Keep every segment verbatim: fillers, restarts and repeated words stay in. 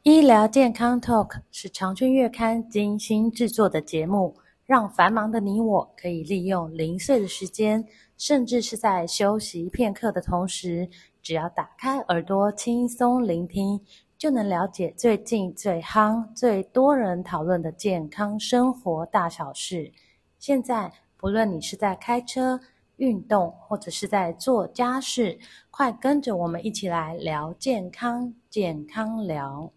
医疗健康 Talk 是长春月刊精心制作的节目，让繁忙的你我可以利用零碎的时间，甚至是在休息片刻的同时，只要打开耳朵轻松聆听，就能了解最近最夯、最多人讨论的健康生活大小事。现在，不论你是在开车、运动，或者是在做家事，快跟着我们一起来聊健康，健康聊。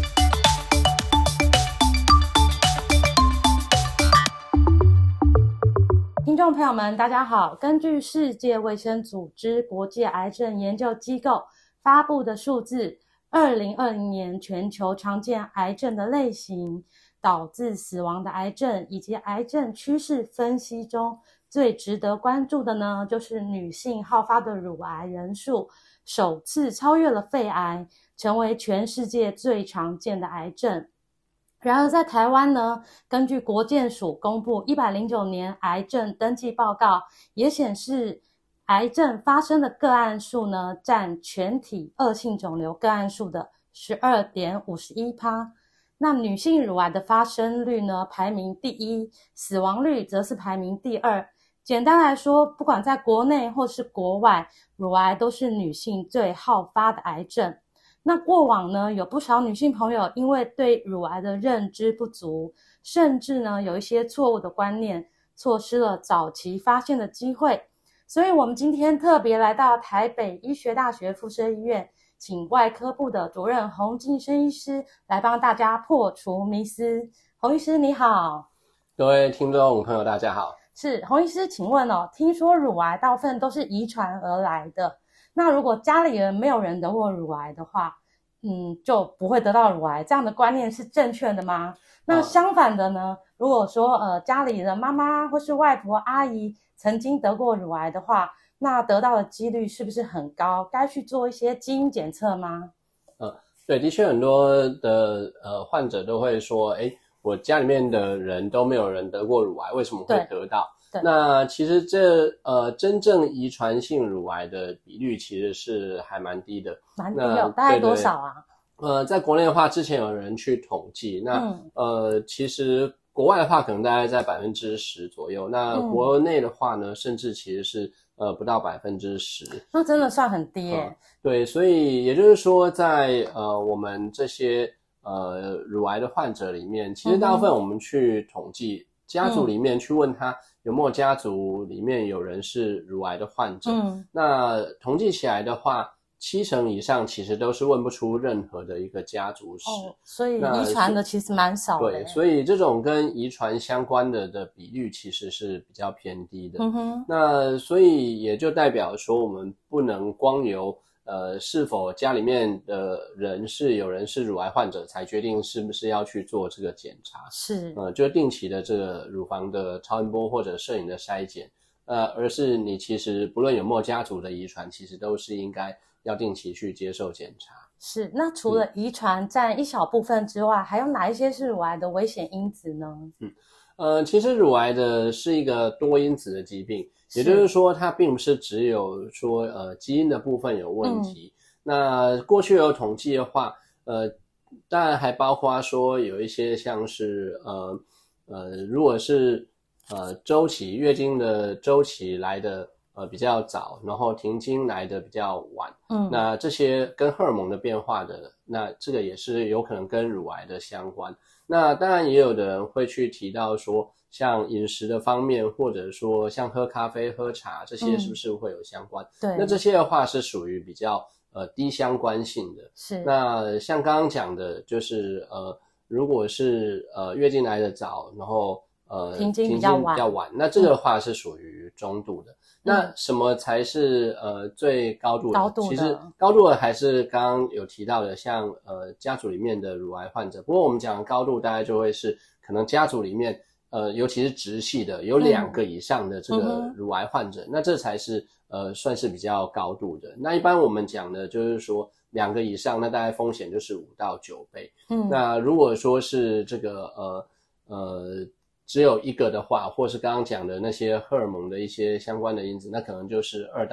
听众朋友们大家好，根据世界卫生组织国际癌症研究机构发布的数字，二零二零年全球常见癌症的类型、导致死亡的癌症以及癌症趋势分析中，最值得关注的呢，就是女性好发的乳癌人数首次超越了肺癌，成为全世界最常见的癌症。然而在台湾呢，根据国健署公布一百零九年癌症登记报告，也显示癌症发生的个案数呢，占全体恶性肿瘤个案数的 百分之十二点五一。 那女性乳癌的发生率呢，排名第一，死亡率则是排名第二。简单来说，不管在国内或是国外，乳癌都是女性最好发的癌症。那过往呢，有不少女性朋友因为对乳癌的认知不足，甚至呢有一些错误的观念，错失了早期发现的机会。所以我们今天特别来到台北医学大学附设医院，请外科部的主任洪晋生医师来帮大家破除迷思。洪医师你好。 各位听众朋友大家好。 是，洪医师请问哦，听说乳癌大部分都是遗传而来的，那如果家里人没有人得过乳癌的话，嗯，就不会得到乳癌，这样的观念是正确的吗？那相反的呢，如果说呃家里的妈妈或是外婆阿姨曾经得过乳癌的话，那得到的几率是不是很高？该去做一些基因检测吗？ 呃，对，的确很多的呃患者都会说，诶，我家里面的人都没有人得过乳癌，为什么会得到？那其实这呃真正遗传性乳癌的比率其实是还蛮低的。 蛮低的，大概多少啊？ 呃，在国内的话，之前有人去统计，那、嗯、呃，其实国外的话可能大概在百分之十左右，那国内的话呢，嗯、甚至其实是呃不到百分之十， 那真的算很低耶、 呃。对，所以也就是说在，在呃我们这些呃乳癌的患者里面，其实大部分我们去统计、嗯、家族里面去问他。有没有家族里面有人是乳癌的患者？嗯，那统计起来的话，七成以上其实都是问不出任何的一个家族史。 哦，所以遗传的其实蛮少的。 对，所以这种跟遗传相关的的比率其实是比较偏低的。嗯哼，那所以也就代表说，我们不能光由呃是否家里面的人是有人是乳癌患者才决定是不是要去做这个检查。 是， 呃，就定期的这个乳房的超音波或者摄影的筛检，呃，而是你其实不论有没有家族的遗传，其实都是应该要定期去接受检查。 是，那除了遗传占一小部分之外，嗯、还有哪一些是乳癌的危险因子呢？ 嗯，呃，其实乳癌的是一个多因子的疾病，也就是说它并不是只有说呃基因的部分有问题。嗯、那过去有统计的话，呃。当然还包括说有一些像是呃呃，如果是呃周期月经的周期来的呃比较早，然后停经来的比较晚，嗯，那这些跟荷尔蒙的变化的，那这个也是有可能跟乳癌的相关。那当然也有的人会去提到说，像饮食的方面，或者说像喝咖啡、喝茶这些是不是会有相关？嗯、对，那这些的话是属于比较。呃，低相关性的。 是。 那像刚刚讲的，就是呃，如果是呃月经来的早，然后呃停经比较晚， 停经比较晚，那这个的话是属于中度的。嗯、那什么才是呃最高度的？ 高度的。 其实高度的还是刚刚有提到的，像呃家族里面的乳癌患者。不过我们讲的高度大概就会是可能家族里面呃，尤其是直系的有两个以上的这个乳癌患者，嗯、那这才是。呃，算是比较高度的。那一般我们讲的就是说两个以上，那大概风险就是五到九倍。嗯，那如果说是这个呃呃只有一个的话，或是刚刚讲的那些荷尔蒙的一些相关的因子，那可能就是二到五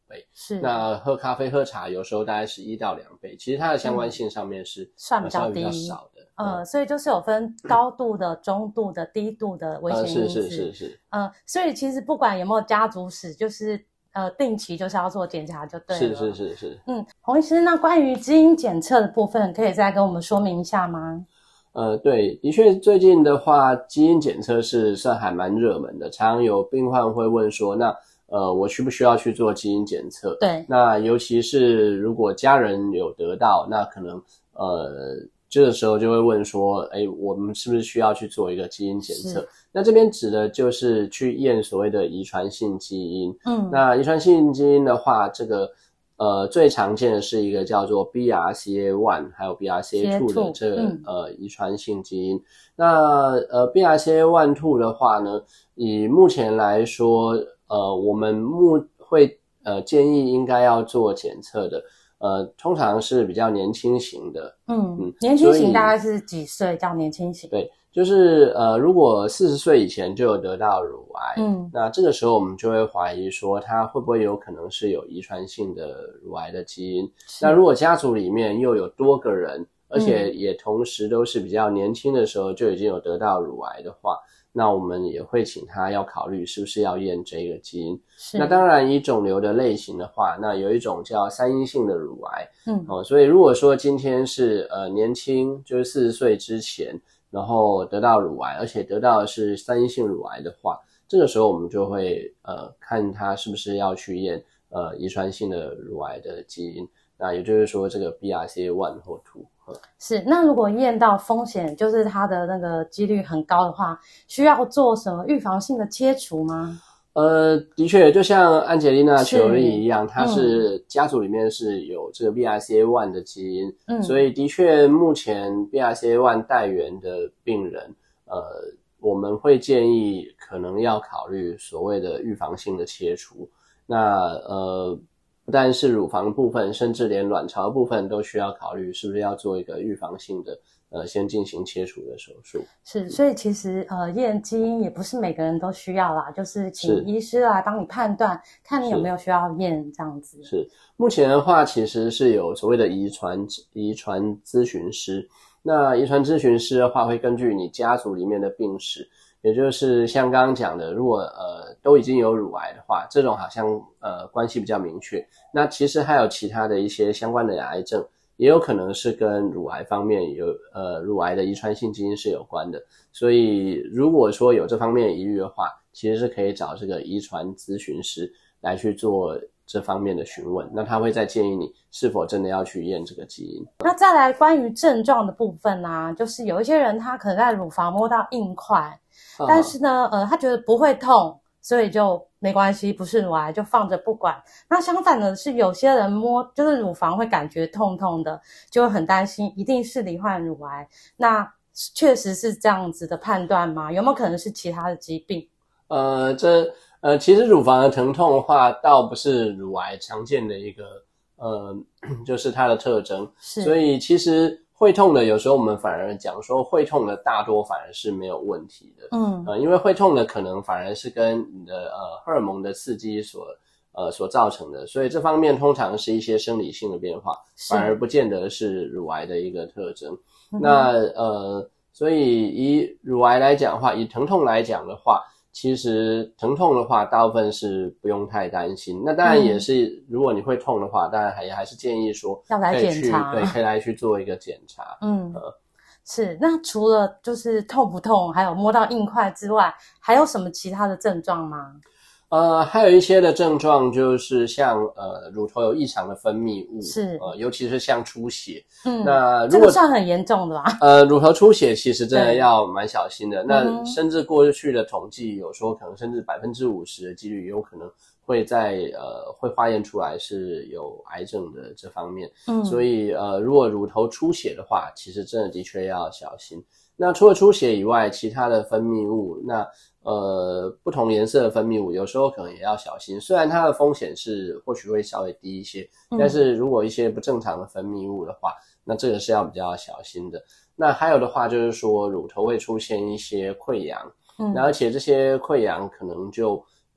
倍。 是。 那喝咖啡喝茶有时候大概是一到两倍，其实它的相关性上面是、 嗯、算比较低、 呃、比较少的。 呃，所以就是有分高度的、中度的、低度的危险因子。 呃，是是是是。 呃，所以其实不管有没有家族史，就是呃定期就是要做检查就对了。 是是是是。 嗯，洪医师，那关于基因检测的部分，可以再跟我们说明一下吗？ 呃，对，的确，最近的话，基因检测是算还蛮热门的，常常有病患会问说，那呃，我需不需要去做基因检测？ 对。那尤其是如果家人有得到，那可能呃。这个时候就会问说，诶，我们是不是需要去做一个基因检测？那这边指的就是去验所谓的遗传性基因。嗯，那遗传性基因的话，这个呃最常见的是一个叫做 B R C A 一 还有 B R C A 二 的这个、嗯、呃遗传性基因。那呃 B R C A 一 二 的话呢，以目前来说，呃我们目会呃建议应该要做检测的。呃，通常是比较年轻型的。 嗯嗯，年轻型大概是几岁叫年轻型？ 对，就是呃，如果四十岁以前就有得到乳癌，嗯，那这个时候我们就会怀疑说，他会不会有可能是有遗传性的乳癌的基因？那如果家族里面又有多个人，而且也同时都是比较年轻的时候就已经有得到乳癌的话，那我们也会请他要考虑是不是要验这个基因。那当然以肿瘤的类型的话，那有一种叫三阴性的乳癌。嗯，哦，所以如果说今天是呃年轻，就是四十岁之前，然后得到乳癌，而且得到的是三阴性乳癌的话，这个时候我们就会呃看他是不是要去验呃遗传性的乳癌的基因。那也就是说这个 B R C A 一 或二。 是，那如果验到风险就是它的那个几率很高的话，需要做什么预防性的切除吗？ 呃，的确，就像安吉丽娜·裘丽一样，她是家族里面是有这个 B R C A 一 的基因，嗯，所以的确，目前 B R C A 一 带源的病人，呃，我们会建议可能要考虑所谓的预防性的切除。那呃。不但是乳房部分，甚至连卵巢部分都需要考虑是不是要做一个预防性的呃先进行切除的手术。 是，所以其实呃验基因也不是每个人都需要啦，就是请医师来帮你判断，看你有没有需要验这样子。 是，是目前的话其实是有所谓的遗传遗传咨询师，那遗传咨询师的话会根据你家族里面的病史，也就是像刚刚讲的，如果呃都已经有乳癌的话，这种好像呃关系比较明确。那其实还有其他的一些相关的癌症，也有可能是跟乳癌方面有呃乳癌的遗传性基因是有关的。所以如果说有这方面疑虑的话，其实是可以找这个遗传咨询师来去做这方面的询问，那他会再建议你是否真的要去验这个基因。 那再来关于症状的部分啊，就是有一些人他可能在乳房摸到硬块，但是呢呃他觉得不会痛，所以就没关系，不是乳癌就放着不管。那相反的是有些人摸就是乳房会感觉痛痛的，就会很担心一定是罹患乳癌。那确实是这样子的判断吗？有没有可能是其他的疾病？ 呃这呃其实乳房的疼痛的话倒不是乳癌常见的一个呃就是它的特征，所以其实会痛的有时候我们反而讲说会痛的大多反而是没有问题的。嗯，呃，因为会痛的可能反而是跟你的呃荷尔蒙的刺激所呃所造成的，所以这方面通常是一些生理性的变化，反而不见得是乳癌的一个特征。嗯、那呃，所以以乳癌来讲的话，以疼痛来讲的话，其实疼痛的话大部分是不用太担心。那当然也是、嗯、如果你会痛的话，当然还还是建议说要来检查， 对，可以来去做一个检查。 嗯。呃是，那除了就是痛不痛，还有摸到硬块之外，还有什么其他的症状吗？ 呃，还有一些的症状就是像呃乳头有异常的分泌物， 是， 呃，尤其是像出血。 嗯， 那如果这个算很严重的吧？ 呃，乳头出血其实真的要蛮小心的。那甚至过去的统计有说，可能甚至百分之五十的几率有可能会在呃会化验出来是有癌症的这方面。嗯，所以呃如果乳头出血的话，其实真的的确要小心。那除了出血以外，其他的分泌物，那呃不同颜色的分泌物有时候可能也要小心。虽然它的风险是或许会稍微低一些，但是如果一些不正常的分泌物的话，那这个是要比较小心的。那还有的话就是说乳头会出现一些溃疡，嗯，而且这些溃疡可能就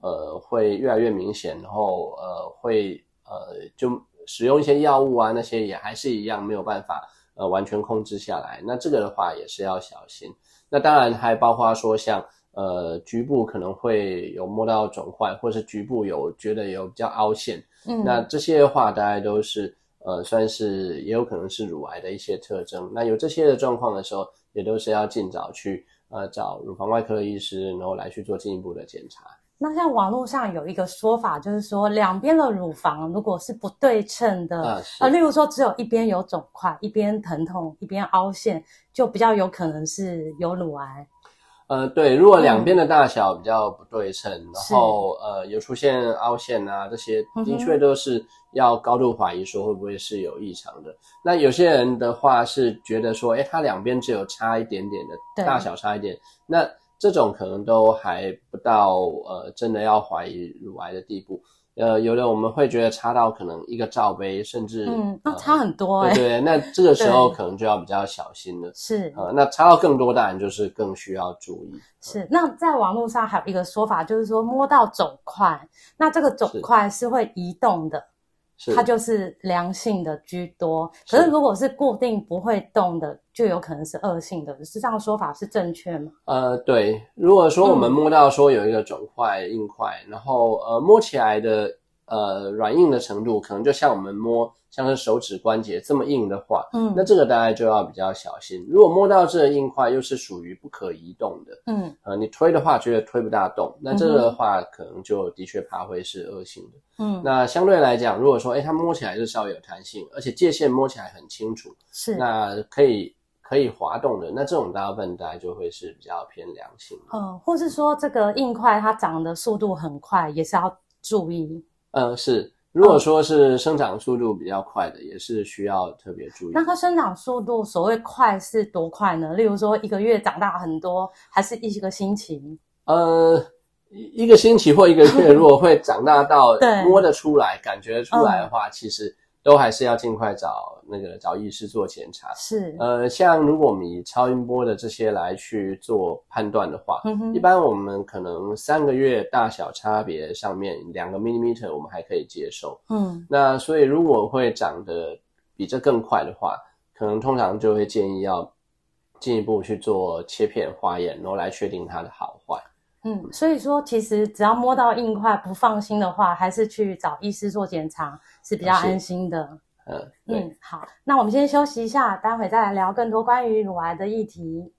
呃会越来越明显，然后呃会呃就使用一些药物啊，那些也还是一样没有办法呃完全控制下来。那这个的话也是要小心。那当然还包括说像呃局部可能会有摸到肿块，或是局部有觉得有比较凹陷，嗯，那这些的话大概都是呃算是也有可能是乳癌的一些特征。那有这些的状况的时候，也都是要尽早去呃找乳房外科的医师，然后来去做进一步的检查。 那像网络上有一个说法，就是说两边的乳房如果是不对称的，啊、呃，例如说只有一边有肿块，一边疼痛，一边凹陷，就比较有可能是有乳癌。 呃，对，如果两边的大小比较不对称，嗯、然后呃有出现凹陷啊，这些的确都是要高度怀疑说会不会是有异常的。那有些人的话是觉得说，诶，它两边只有差一点点的大小差一点，那这种可能都还不到呃真的要怀疑乳癌的地步。呃，有的我们会觉得差到可能一个罩杯，甚至嗯，那差很多欸。 对对，那这个时候可能就要比较小心了。 是， 呃，那差到更多当然就是更需要注意。 是，那在网络上还有一个说法，就是说摸到肿块，那这个肿块是会移动的。它就是良性的居多，可是如果是固定不会动的，就有可能是恶性的。是这样说法是正确吗？ 呃，对，如果说我们摸到说有一个肿块、硬块，然后呃摸起来的呃软硬的程度，可能就像我们摸像是手指关节这么硬的话，嗯，那这个大概就要比较小心。如果摸到这个硬块又是属于不可移动的，嗯，呃，你推的话觉得推不大动，那这个的话可能就的确怕会是恶性的。嗯，那相对来讲，如果说诶它摸起来是稍微有弹性，而且界限摸起来很清楚，是那可以可以滑动的，那这种大部分大概就会是比较偏良性的。 嗯，或是说这个硬块它长的速度很快，也是要注意。 呃，是。如果说是生长速度比较快的，也是需要特别注意。 那它生长速度所谓快是多快呢？例如说一个月长大很多，还是一个星期？ 呃，一个星期或一个月，如果会长大到摸得出来、感觉出来的话，嗯、其实都还是要尽快找那个找医师做检查。是，呃，像如果我们以超音波的这些来去做判断的话，嗯、一般我们可能三个月大小差别上面两个 millimeter 我们还可以接受。嗯，那所以如果会长得比这更快的话，可能通常就会建议要进一步去做切片化验，然后来确定它的好坏。 嗯，所以说其实只要摸到硬块不放心的话，还是去找医师做检查是比较安心的。 嗯， 嗯，好，那我们先休息一下，待会再来聊更多关于乳癌的议题。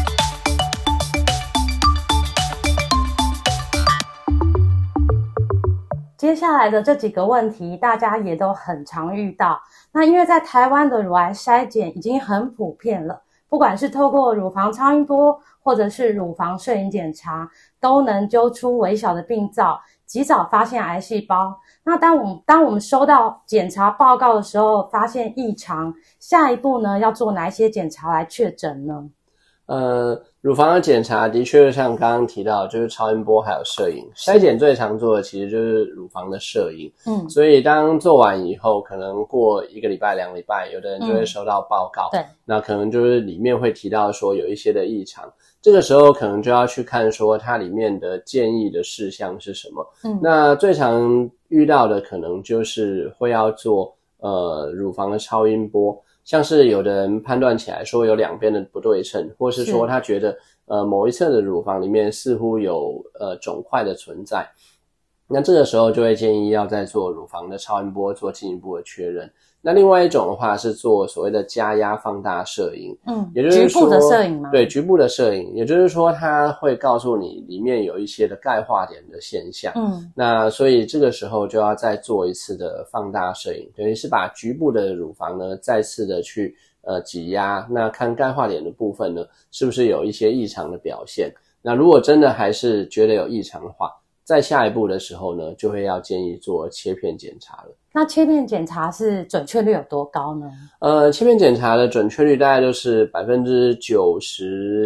接下来的这几个问题，大家也都很常遇到。那因为在台湾的乳癌筛检已经很普遍了，不管是透过乳房超音波或者是乳房摄影检查，都能揪出微小的病灶，及早发现癌细胞。那当我们当我们收到检查报告的时候，发现异常，下一步呢要做哪一些检查来确诊呢？ 呃，乳房的检查的确像刚刚提到，就是超音波还有摄影。筛检最常做的其实就是乳房的摄影。嗯，所以当做完以后，可能过一个礼拜、两个礼拜，有的人就会收到报告。嗯、对，那可能就是里面会提到说有一些的异常。这个时候可能就要去看说它里面的建议的事项是什么。嗯，那最常遇到的可能就是会要做呃乳房的超音波。像是有的人判断起来说有两边的不对称，或是说他觉得呃某一侧的乳房里面似乎有呃肿块的存在，那这个时候就会建议要再做乳房的超音波做进一步的确认。那另外一种的话是做所谓的加压放大摄影，嗯，也就是说局部的摄影吗？ 对，局部的摄影，也就是说它会告诉你里面有一些的钙化点的现象，嗯，那所以这个时候就要再做一次的放大摄影，等于是把局部的乳房呢再次的去呃挤压，那看钙化点的部分呢是不是有一些异常的表现。那如果真的还是觉得有异常的话，在下一步的时候呢，就会要建议做切片检查了。 那切片检查是准确率有多高呢？ 呃，切片检查的准确率大概就是百分之九十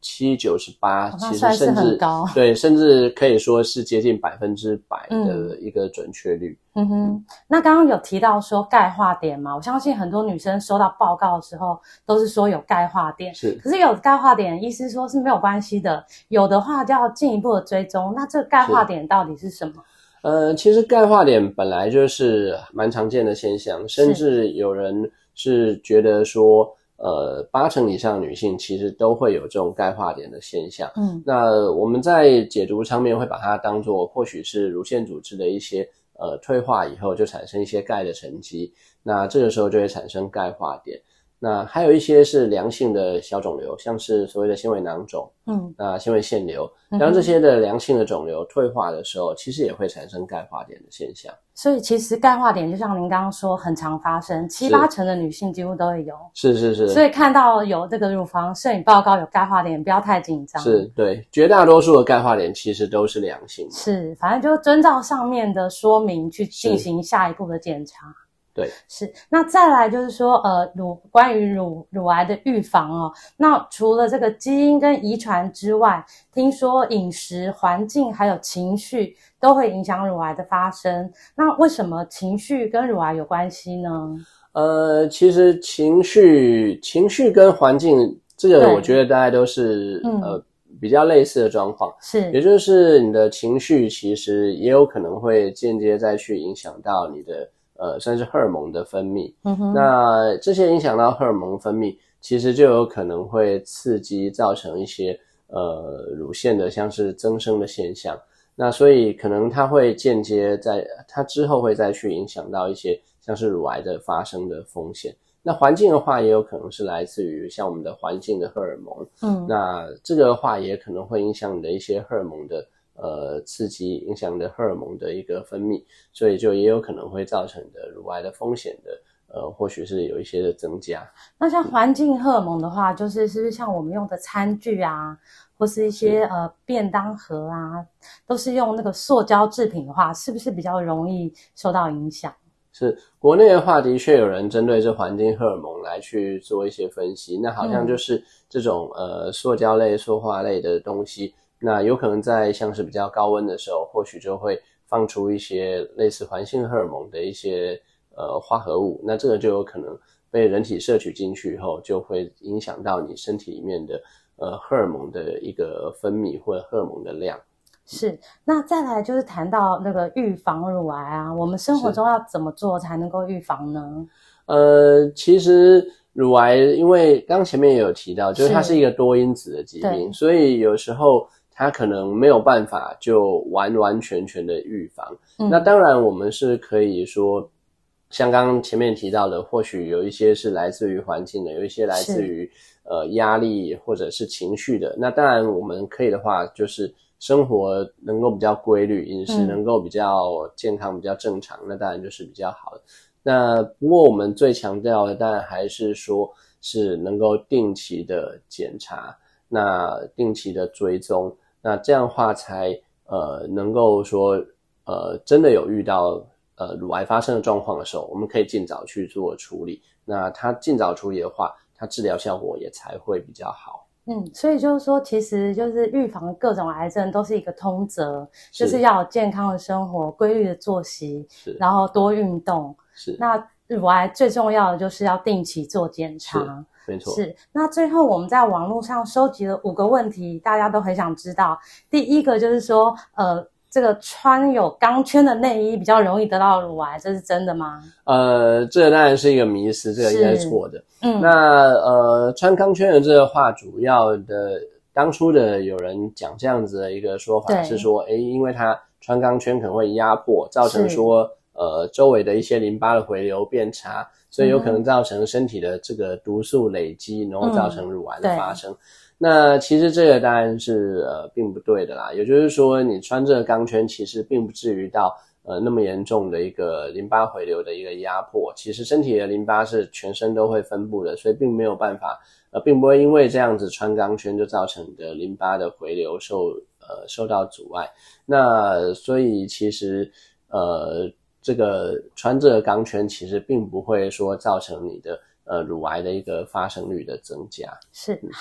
七、九十八，其实算是甚至很高， 对，甚至可以说是接近百分之百的一个准确率。 嗯哼，那刚刚有提到说钙化点嘛，我相信很多女生收到报告的时候都是说有钙化点， 是， 可是有钙化点，医师说是没有关系的，有的话就要进一步的追踪。那这个钙化点到底是什么？ 呃，其实钙化点本来就是蛮常见的现象，甚至有人是觉得说，呃，八成以上女性其实都会有这种钙化点的现象。嗯，那我们在解读上面会把它当作或许是乳腺组织的一些呃退化以后就产生一些钙的沉积，那这个时候就会产生钙化点。那还有一些是良性的小肿瘤，像是所谓的纤维囊肿，嗯，那纤维腺瘤，当这些的良性的肿瘤退化的时候，其实也会产生钙化点的现象。 所以其实钙化点就像您刚刚说很常发生，七八成的女性几乎都会有。 是是是。 所以看到有这个乳房摄影报告有钙化点，不要太紧张。 是，对，绝大多数的钙化点其实都是良性的。 是，反正就遵照上面的说明去进行下一步的检查。 对， 是。那再来就是说，呃，乳关于乳乳癌的预防哦，那除了这个基因跟遗传之外，听说饮食、环境还有情绪都会影响乳癌的发生。那为什么情绪跟乳癌有关系呢？ 呃，其实情绪、情绪跟环境这个，我觉得大概都是呃比较类似的状况。 是， 也就是你的情绪其实也有可能会间接再去影响到你的。呃，算是荷尔蒙的分泌，嗯哼，那这些影响到荷尔蒙分泌，其实就有可能会刺激造成一些呃乳腺的像是增生的现象，那所以可能它会间接在它之后会再去影响到一些像是乳癌的发生的风险。那环境的话，也有可能是来自于像我们的环境的荷尔蒙，嗯，那这个的话也可能会影响你的一些荷尔蒙的。呃，刺激影响的荷尔蒙的一个分泌，所以就也有可能会造成的乳癌的风险的，呃，或许是有一些的增加。 那像环境荷尔蒙的话，就是是不是像我们用的餐具啊，或是一些呃便当盒啊，都是用那个塑胶制品的话，是不是比较容易受到影响？ 是，国内的话的确有人针对这环境荷尔蒙来去做一些分析，那好像就是这种、嗯、呃塑胶类、塑化类的东西。那有可能在像是比较高温的时候，或许就会放出一些类似环境荷尔蒙的一些呃化合物，那这个就有可能被人体摄取进去以后，就会影响到你身体里面的呃荷尔蒙的一个分泌或者荷尔蒙的量。 是，那再来就是谈到那个预防乳癌啊，我们生活中要怎么做才能够预防呢？ 呃，其实乳癌因为刚前面也有提到，就是它是一个多因子的疾病，所以有时候它可能没有办法就完完全全的预防、嗯、那当然我们是可以说像刚刚前面提到的，或许有一些是来自于环境的，有一些来自于呃压力或者是情绪的，那当然我们可以的话就是生活能够比较规律，饮食能够比较健康、嗯、比较正常，那当然就是比较好的。那不过我们最强调的当然还是说是能够定期的检查，那定期的追踪，那这样的话才呃能够说呃真的有遇到呃乳癌发生的状况的时候，我们可以尽早去做处理。那它尽早处理的话，它治疗效果也才会比较好。 嗯，所以就是说，其实就是预防各种癌症都是一个通则，就是要有健康的生活、规律的作息，然后多运动。 是。 那乳癌最重要的就是要定期做检查。 没错。 是。那最后我们在网络上收集了五个问题，大家都很想知道。第一个就是说，呃，这个穿有钢圈的内衣比较容易得到乳癌，这是真的吗？ 呃，这个当然是一个迷思，这个应该是错的。嗯，那呃，穿钢圈的这个话，主要的当初的有人讲这样子的一个说法是说，诶，因为它穿钢圈可能会压迫，造成说呃周围的一些淋巴的回流变差，所以有可能造成身体的这个毒素累积，然后造成乳癌的发生。嗯，那其实这个当然是呃并不对的啦，也就是说你穿这个钢圈其实并不至于到呃那么严重的一个淋巴回流的一个压迫，其实身体的淋巴是全身都会分布的，所以并没有办法呃并不会因为这样子穿钢圈就造成你的淋巴的回流受呃受到阻碍。那所以其实呃这个穿这个钢圈其实并不会说造成你的呃乳癌的一个发生率的增加。 是。好，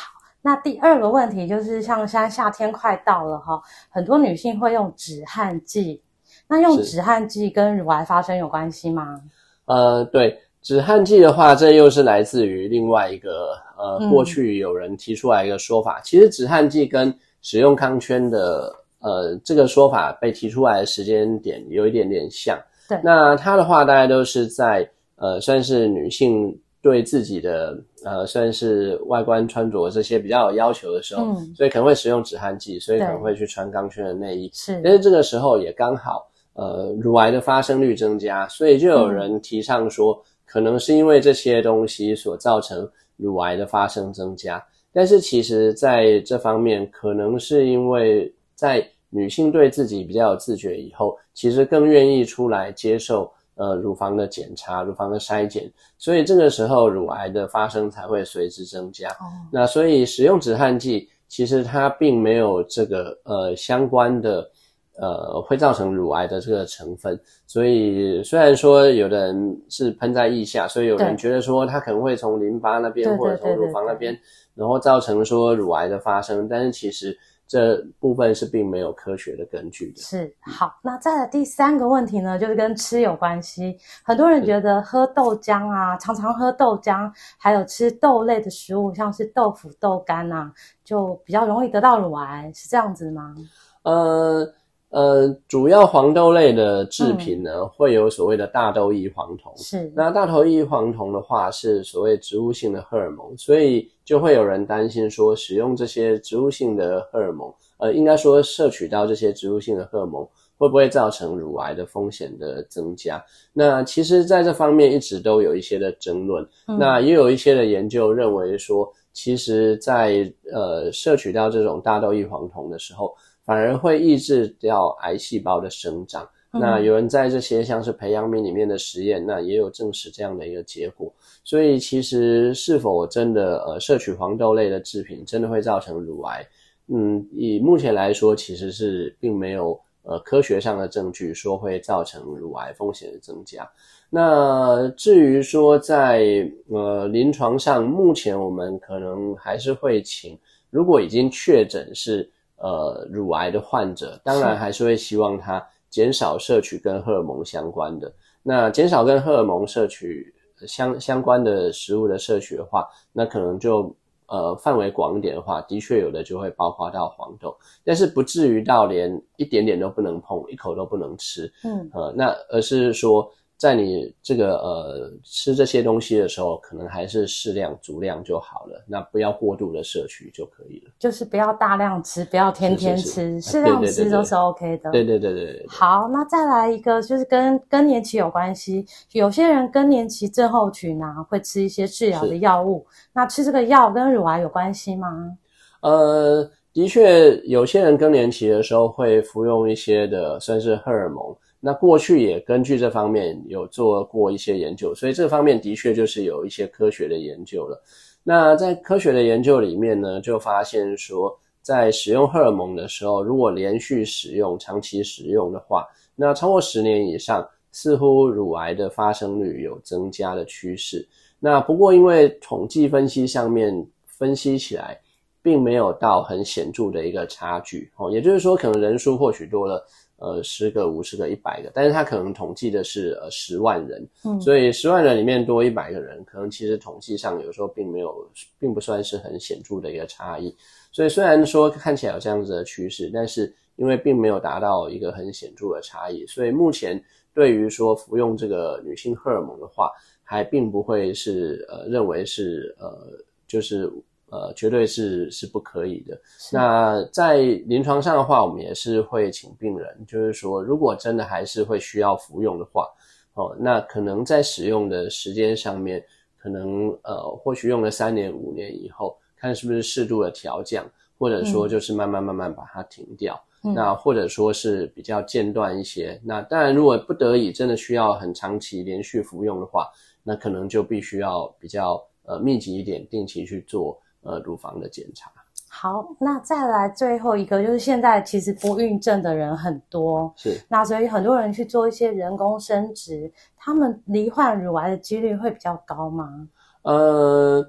那第二个问题就是像现在夏天快到了哈，很多女性会用止汗剂，那用止汗剂跟乳癌发生有关系吗？ 呃，对，止汗剂的话，这又是来自于另外一个呃， 嗯、 过去有人提出来一个说法，其实止汗剂跟使用康圈的呃这个说法被提出来的时间点有一点点像。 对， 那它的话大概都是在呃算是女性对自己的呃算是外观穿着这些比较有要求的时候，嗯、所以可能会使用止汗剂，所以可能会去穿钢圈的内衣。 是， 但是这个时候也刚好呃乳癌的发生率增加，所以就有人提倡说，嗯、可能是因为这些东西所造成乳癌的发生增加。但是其实在这方面可能是因为在女性对自己比较有自觉以后，其实更愿意出来接受呃乳房的检查、乳房的筛检，所以这个时候乳癌的发生才会随之增加。哦、那所以使用止汗剂其实它并没有这个呃相关的呃会造成乳癌的这个成分，所以虽然说有的人是喷在腋下，所以有人觉得说它可能会从淋巴那边或者从乳房那边然后造成说乳癌的发生，但是其实这部分是并没有科学的根据的。 是，好，那再来第三个问题呢，就是跟吃有关系。很多人觉得喝豆浆啊，常常喝豆浆，还有吃豆类的食物，像是豆腐、豆干啊，就比较容易得到乳癌，是这样子吗？ 呃呃，主要黄豆类的制品呢，嗯、会有所谓的大豆异黄酮。 是， 那大豆异黄酮的话是所谓植物性的荷尔蒙，所以就会有人担心说，使用这些植物性的荷尔蒙，呃，应该说摄取到这些植物性的荷尔蒙，会不会造成乳癌的风险的增加？那其实在这方面一直都有一些的争论。嗯、那也有一些的研究认为说，其实在呃摄取到这种大豆异黄酮的时候，反而会抑制掉癌细胞的生长。嗯、那有人在这些像是培养皿里面的实验，那也有证实这样的一个结果。所以其实是否真的呃摄取黄豆类的制品真的会造成乳癌？嗯，以目前来说，其实是并没有呃科学上的证据说会造成乳癌风险的增加。那至于说在呃临床上，目前我们可能还是会请，如果已经确诊是呃乳癌的患者，当然还是会希望他减少摄取跟荷尔蒙相关的。那减少跟荷尔蒙摄取相相关的食物的摄取的话，那可能就呃范围广一点的话，的确有的就会包括到黄豆，但是不至于到连一点点都不能碰，一口都不能吃。嗯，呃，那而是说在你这个呃吃这些东西的时候，可能还是适量足量就好了，那不要过度的摄取就可以了。 就是不要大量吃，不要天天吃，适量吃都是 OK 的。 对对对对 对, 对。 好，那再来一个就是跟更年期有关系，有些人更年期症候群啊，会吃一些治疗的药物，那吃这个药跟乳癌有关系吗？ 呃，的确，有些人更年期的时候会服用一些的算是荷尔蒙。那过去也根据这方面有做过一些研究，所以这方面的确就是有一些科学的研究了。那在科学的研究里面呢，就发现说，在使用荷尔蒙的时候，如果连续使用、长期使用的话，那超过十年以上，似乎乳癌的发生率有增加的趋势。那不过因为统计分析上面分析起来，并没有到很显著的一个差距，哦，也就是说，可能人数或许多了。呃，十个、五十个、一百个，但是他可能统计的是呃十万人，嗯，所以十万人里面多一百个人，可能其实统计上有时候并没有，并不算是很显著的一个差异。所以虽然说看起来有这样子的趋势，但是因为并没有达到一个很显著的差异，所以目前对于说服用这个女性荷尔蒙的话，还并不会是呃认为是呃就是。呃，绝对是是不可以的。那在临床上的话，我们也是会请病人，就是说，如果真的还是会需要服用的话，哦，那可能在使用的时间上面，可能呃，或许用了三年、五年以后，看是不是适度的调降，或者说就是慢慢慢慢把它停掉。嗯、那或者说是比较间断一些。那当然，如果不得已真的需要很长期连续服用的话，那可能就必须要比较呃密集一点，定期去做。呃，乳房的检查。 好，那再来最后一个，就是现在其实不孕症的人很多， 是， 那所以很多人去做一些人工生殖，他们罹患乳癌的几率会比较高吗？ 呃，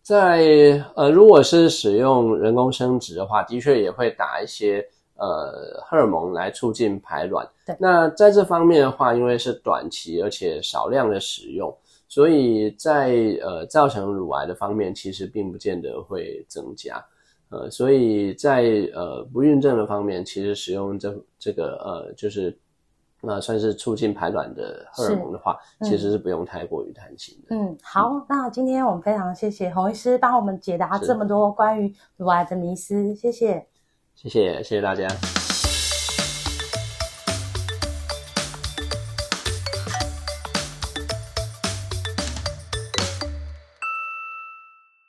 在呃，如果是使用人工生殖的话，的确也会打一些呃荷尔蒙来促进排卵。 对， 那在这方面的话，因为是短期而且少量的使用，所以在呃造成乳癌的方面，其实并不见得会增加。呃，所以在呃不孕症的方面，其实使用这这个呃就是呃算是促进排卵的荷尔蒙的话， 嗯、 其实是不用太过于担心的。 嗯，好，嗯、那今天我们非常谢谢洪医师帮我们解答这么多关于乳癌的迷思，谢谢， 谢谢，谢谢大家。